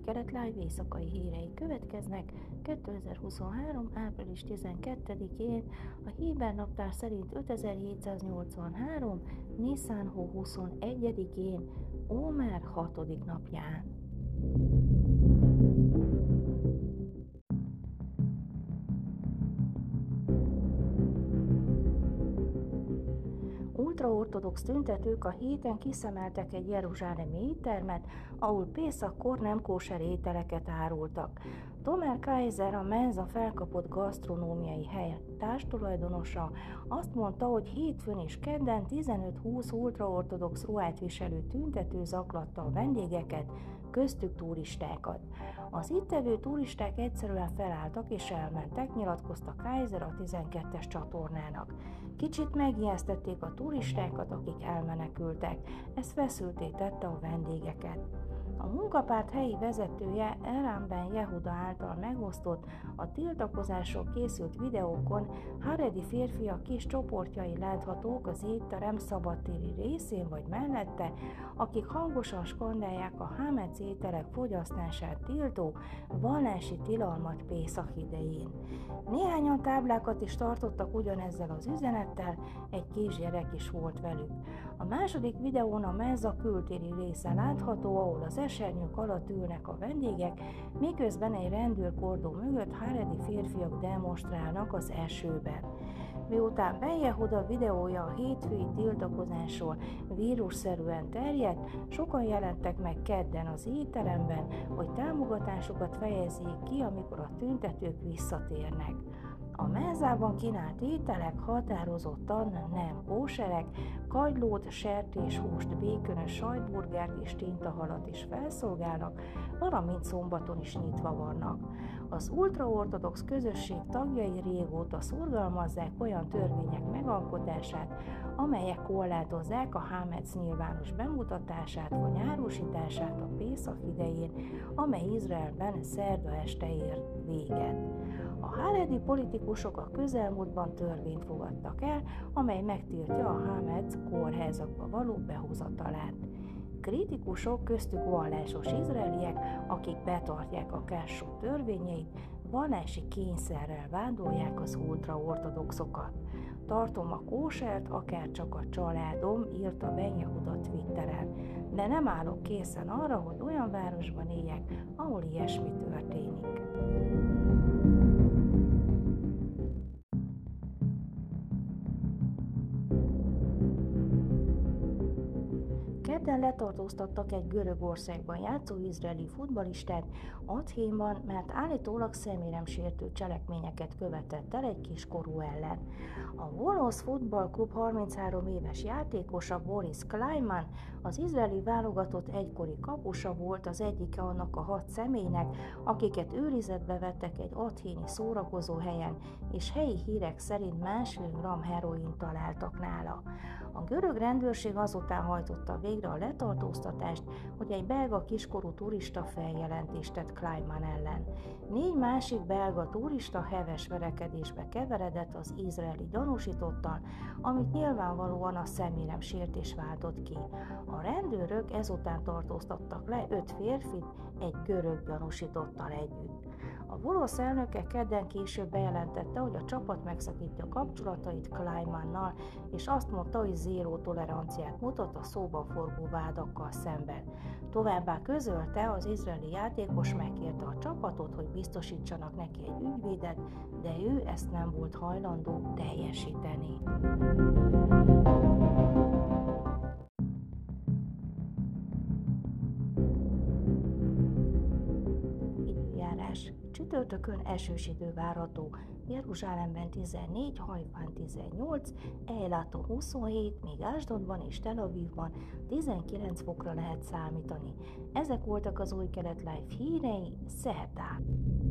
Kelet Live éjszakai hírei következnek 2023. április 12-én, a Héber naptár szerint 5783. Niszán hó 21-én, Ómer 6. napján. Ultraortodox tüntetők a héten kiszemeltek egy jeruzsálemi éttermet, ahol Pészakkor nem kóser ételeket árultak. Tomer Kaiser, a Menza felkapott gasztronómiai hely társtulajdonosa azt mondta, hogy hétfőn és kedden 15-20 ultraortodox ruhát viselő tüntető zaklatta a vendégeket, köztük turistákat. Az itt tevő turisták egyszerűen felálltak és elmentek, nyilatkozta Kaiser a 12-es csatornának. Kicsit megijesztették a turistákat, akik elmenekültek, ez feszültté tette a vendégeket. A munkapárt helyi vezetője Eran Ben Yehuda által megosztott, a tiltakozásról készült videókon haredi férfiak kis csoportjai láthatók az étterem szabadtéri részén vagy mellette, akik hangosan skandálják a hámetsz ételek fogyasztását tiltó vallási tilalmat Pészak idején. Néhányan táblákat is tartottak ugyanezzel az üzenettel, egy kisgyerek is volt velük. A második videón a menza kültéri része látható, ahol az esernyők alatt ülnek a vendégek, miközben egy rendőrkordó mögött haredi férfiak demonstrálnak az esőben. Miután Ben Yehuda videója a hétfői tiltakozásról vírusszerűen terjedt, sokan jelentek meg kedden az étteremben, hogy támogatásukat fejezzék ki, amikor a tüntetők visszatérnek. A menzában kínált ételek határozottan nem kóserek, kagylót, sertéshúst, békönös sajtburgert és tintahalat is felszolgálnak, valamint szombaton is nyitva vannak. Az ultraortodox közösség tagjai régóta szorgalmazzák olyan törvények megalkotását, amelyek korlátozzák a hámetsz nyilvános bemutatását vagy árusítását a Pészak idején, amely Izraelben szerda este ér véget. A haredi politikusok a közelmúltban törvényt fogadtak el, amely megtiltja a hámetsz kórházakba való behozatalát. Kritikusok, köztük vallásos izraeliek, akik betartják a kássú törvényeit, vallási kényszerrel vádolják az ultraortodoxokat. Tartom a kósert, akárcsak a családom, írta Ben Yehuda Twitteren, de nem állok készen arra, hogy olyan városban éljek, ahol ilyesmi történik. Kedden letartóztattak egy Görögországban játszó izraeli futballistát Athénban, mert állítólag személynemsértő cselekményeket követett el egy kiskorú ellen. A Volosz futballklub 33 éves játékosa Boris Kleiman, az izraeli válogatott egykori kapusa volt, az egyike annak a 6 személynek, akiket őrizetbe vettek egy athéni szórakozóhelyen, és helyi hírek szerint 1,5 g heroin találtak nála. A görög rendőrség azután hajtotta végre a letartóztatást, hogy egy belga kiskorú turista feljelentést tett Kleiman ellen. 4 másik belga turista heves verekedésbe keveredett az izraeli gyanúsítottal, amit nyilvánvalóan a személynemsértés váltott ki. A rendőrök ezután tartóztattak le 5 férfit egy görög gyanúsítottal együtt. A Volosz elnöke kedden később bejelentette, hogy a csapat megszakítja kapcsolatait Kleimannal, és azt mondta, hogy zéró toleranciát mutat a szóban forgó vádakkal szemben. Továbbá közölte, az izraeli játékos megkérte a csapatot, hogy biztosítsanak neki egy ügyvédet, de ő ezt nem volt hajlandó teljesíteni. Csütörtökön esős idő várható, Jeruzsálemben 14, Hajfán 18, Eilaton 27, míg Ásdodban és Tel Avivban 19 fokra lehet számítani. Ezek voltak az Új Kelet Live hírei szerdán.